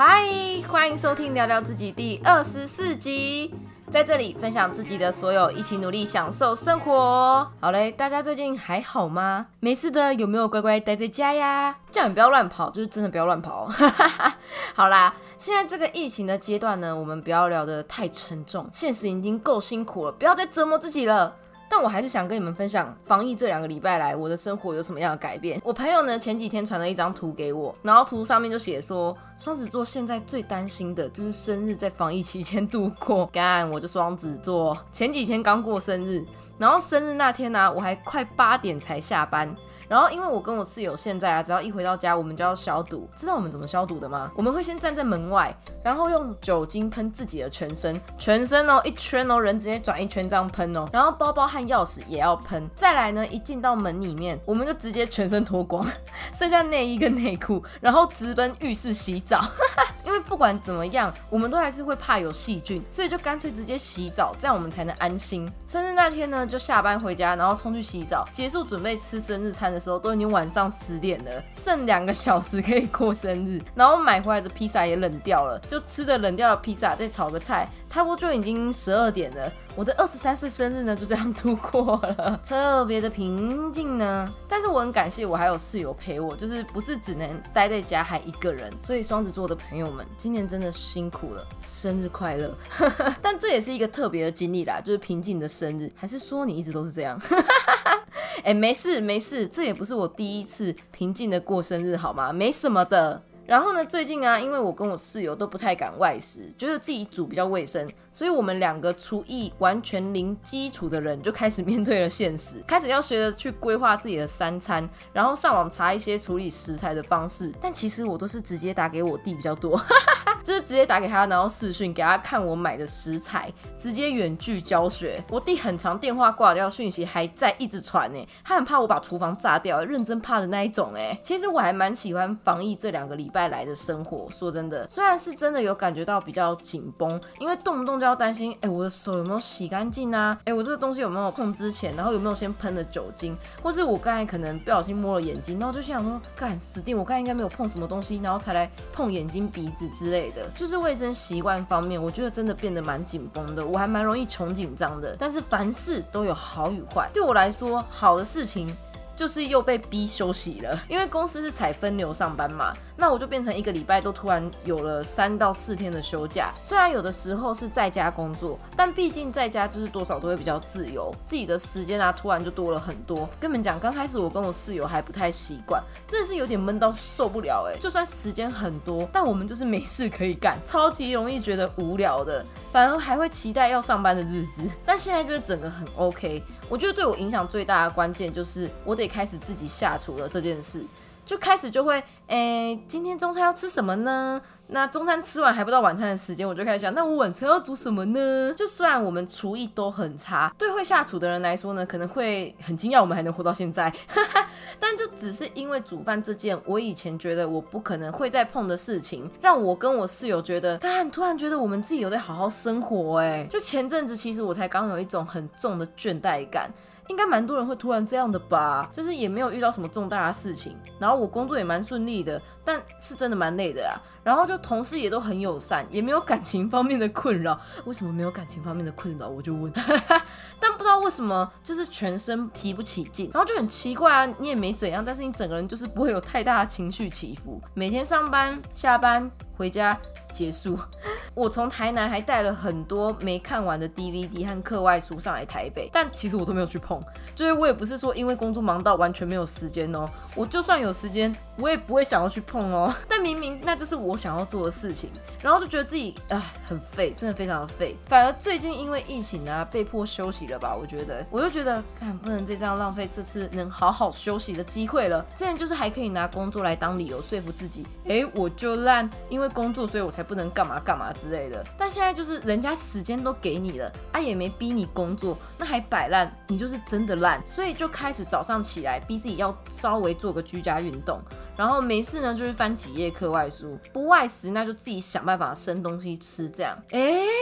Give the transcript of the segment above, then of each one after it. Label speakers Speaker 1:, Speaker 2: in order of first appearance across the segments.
Speaker 1: 嗨，欢迎收听聊聊自己第24集，在这里分享自己的所有，一起努力享受生活。好嘞，大家最近还好吗？没事的有没有乖乖待在家呀？叫你不要乱跑，就是真的不要乱跑。好啦，现在这个疫情的阶段呢，我们不要聊得太沉重，现实已经够辛苦了，不要再折磨自己了。但我还是想跟你们分享防疫这2个礼拜来我的生活有什么样的改变。我朋友呢前几天传了一张图给我，然后图上面就写说双子座现在最担心的就是生日在防疫期间度过。干，我就双子座，前几天刚过生日，然后生日那天我还快8点才下班。然后因为我跟我室友现在只要一回到家我们就要消毒。知道我们怎么消毒的吗？我们会先站在门外，然后用酒精喷自己的全身一圈人直接转一圈这样喷然后包包和钥匙也要喷。再来呢，一进到门里面我们就直接全身脱光，剩下内衣跟内裤，然后直奔浴室洗澡。因为不管怎么样我们都还是会怕有细菌，所以就干脆直接洗澡，这样我们才能安心。生日那天呢就下班回家，然后冲去洗澡，结束准备吃生日餐的时候都已经晚上10点了，剩2个小时可以过生日。然后买回来的披萨也冷掉了，就吃的冷掉的披萨再炒个菜，差不多就已经12点了。我的23岁生日呢就这样度过了，特别的平静呢。但是我很感谢我还有室友陪我，就是不是只能待在家还一个人。所以双子座的朋友们今年真的辛苦了，生日快乐。但这也是一个特别的经历啦，就是平静的生日。还是说你一直都是这样？没事，这也不是我第一次平静的过生日好吗？没什么的。然后呢，最近因为我跟我室友都不太敢外食，觉得自己煮比较卫生，所以我们2个厨艺完全零基础的人就开始面对了现实，开始要学着去规划自己的3餐，然后上网查一些处理食材的方式。但其实我都是直接打给我弟比较多，就是直接打给他，然后视讯给他看我买的食材，直接远距教学。我弟很常电话挂掉，讯息还在一直传他很怕我把厨房炸掉，认真怕的那一种其实我还蛮喜欢防疫这2个礼拜来的生活。说真的，虽然是真的有感觉到比较紧绷，因为动不动就要担心我的手有没有洗干净啊，我这个东西有没有碰之前，然后有没有先喷了酒精，或是我刚才可能不小心摸了眼睛，然后就想说干死定，我刚才应该没有碰什么东西，然后才来碰眼睛鼻子之类的。就是卫生习惯方面我觉得真的变得蛮紧绷的，我还蛮容易穷紧张的。但是凡事都有好与坏，对我来说好的事情就是又被逼休息了，因为公司是采分流上班嘛，那我就变成1个礼拜都突然有了3到4天的休假。虽然有的时候是在家工作，但毕竟在家就是多少都会比较自由，自己的时间突然就多了很多。跟你们讲，刚开始我跟我室友还不太习惯，真的是有点闷到受不了就算时间很多，但我们就是没事可以干，超级容易觉得无聊的，反而还会期待要上班的日子。但现在就是整个很 OK。 我觉得对我影响最大的关键就是我得开始自己下厨了这件事。就开始就会今天中餐要吃什么呢？那中餐吃完还不到晚餐的时间，我就开始想，那我晚餐要煮什么呢？就虽然我们厨艺都很差，对会下厨的人来说呢，可能会很惊讶我们还能活到现在。但就只是因为煮饭这件我以前觉得我不可能会再碰的事情，让我跟我室友觉得突然觉得我们自己有在好好生活就前阵子其实我才刚有一种很重的倦怠感，应该蛮多人会突然这样的吧，就是也没有遇到什么重大的事情，然后我工作也蛮顺利的，但是真的蛮累的啦。然后就同事也都很友善，也没有感情方面的困扰。为什么没有感情方面的困扰？我就问。但不知道为什么就是全身提不起劲，然后就很奇怪你也没怎样，但是你整个人就是不会有太大的情绪起伏。每天上班下班回家结束。我从台南还带了很多没看完的 DVD 和课外书上来台北，但其实我都没有去碰。就是我也不是说因为工作忙到完全没有时间我就算有时间我也不会想要去碰但明明那就是我想要做的事情，然后就觉得自己很废，真的非常的废。反而最近因为疫情被迫休息了吧，我就觉得不能再这样浪费这次能好好休息的机会了。之前就是还可以拿工作来当理由说服自己我就烂，因为工作所以我才不能干嘛干嘛之类的。但现在就是人家时间都给你了也没逼你工作，那还摆烂，你就是真的烂。所以就开始早上起来逼自己要稍微做个居家运动，然后没事呢就是翻几页课外书，不外食那就自己想办法生东西吃这样。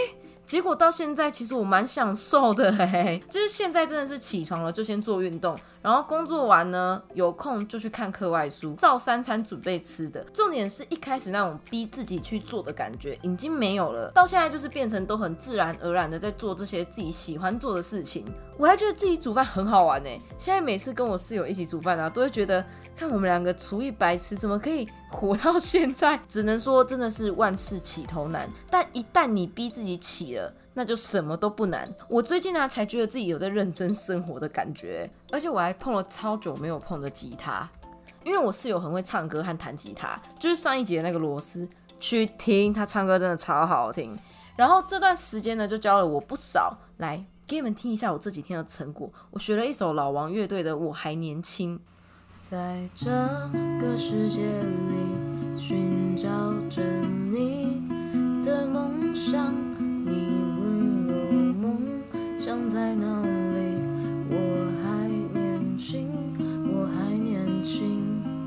Speaker 1: 结果到现在其实我蛮享受的就是现在真的是起床了就先做运动，然后工作完呢有空就去看课外书，照3餐准备吃的。重点是一开始那种逼自己去做的感觉已经没有了，到现在就是变成都很自然而然的在做这些自己喜欢做的事情。我还觉得自己煮饭很好玩现在每次跟我室友一起煮饭啊，都会觉得看我们两个厨艺白痴怎么可以活到现在。只能说真的是万事起头难，但一旦你逼自己起了，那就什么都不难。我最近才觉得自己有在认真生活的感觉，而且我还碰了超久没有碰的吉他，因为我室友很会唱歌和弹吉他，就是上一集的那个罗斯，去听他唱歌真的超好听。然后这段时间呢，就教了我不少，来给你们听一下我这几天的成果。我学了一首老王乐队的《我还年轻》。在这个世界里寻找着你的梦想，你问我梦想在哪里，我还年轻，我还年轻。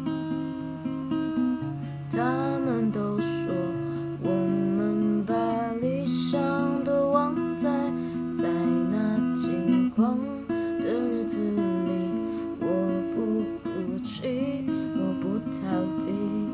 Speaker 1: 他们都说我们把理想都忘在那轻狂的日子里，我不哭泣，我不逃避。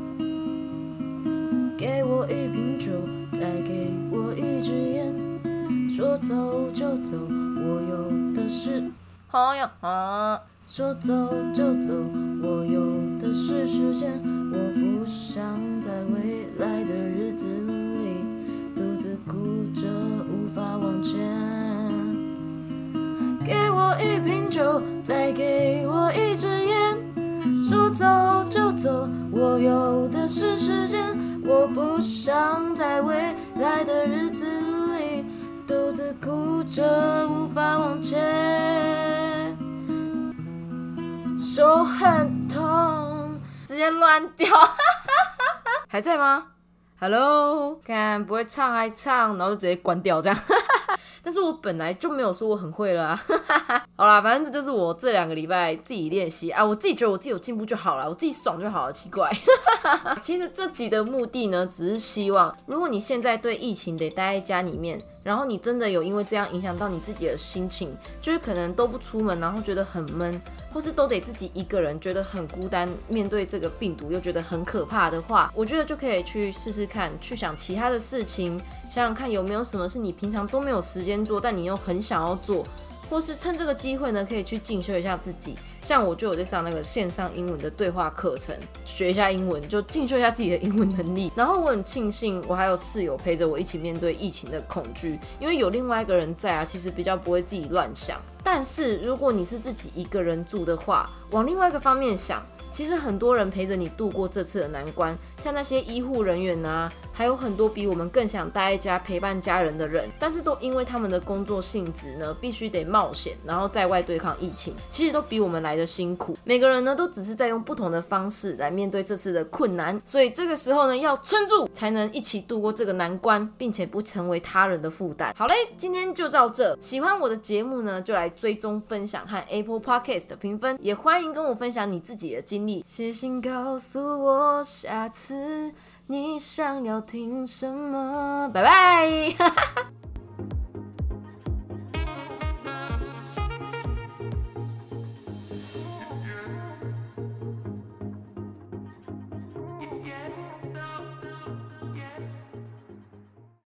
Speaker 1: 给我一瓶酒，再给我一支烟，说走就走，我有的是好呀说走就走，我有的是时间，我不想在未来的日子里独自哭着无法往前。给我一瓶酒，再给我一支烟，说走就走，我有的是时间，我不想在未来的日子里独自哭着无法往前。手很痛，直接乱掉还在吗 ？Hello， 看不会唱还唱，然后就直接关掉这样但是我本来就没有说我很会了啊好啦，反正这就是我这2个礼拜自己练习啊，我自己觉得我自己有进步就好了，我自己爽就好了，奇怪其实这集的目的呢，只是希望如果你现在对疫情得待在家里面，然后你真的有因为这样影响到你自己的心情，就是可能都不出门，然后觉得很闷，或是都得自己一个人觉得很孤单，面对这个病毒又觉得很可怕的话，我觉得就可以去试试看，去想其他的事情，想想看有没有什么是你平常都没有时间做，但你又很想要做，或是趁这个机会呢，可以去进修一下自己。像我就有在上那个线上英文的对话课程，学一下英文，就进修一下自己的英文能力。然后我很庆幸我还有室友陪着我一起面对疫情的恐惧，因为有另外一个人在啊，其实比较不会自己乱想。但是如果你是自己一个人住的话，往另外一个方面想，其实很多人陪着你度过这次的难关，像那些医护人员啊，还有很多比我们更想待在家陪伴家人的人，但是都因为他们的工作性质呢，必须得冒险，然后在外对抗疫情，其实都比我们来的辛苦。每个人呢，都只是在用不同的方式来面对这次的困难，所以这个时候呢，要撑住，才能一起度过这个难关，并且不成为他人的负担。好嘞，今天就到这。喜欢我的节目呢，就来追踪、分享和 Apple Podcast 的评分，也欢迎跟我分享你自己的经历，写信告诉我下次你想要听什么。拜拜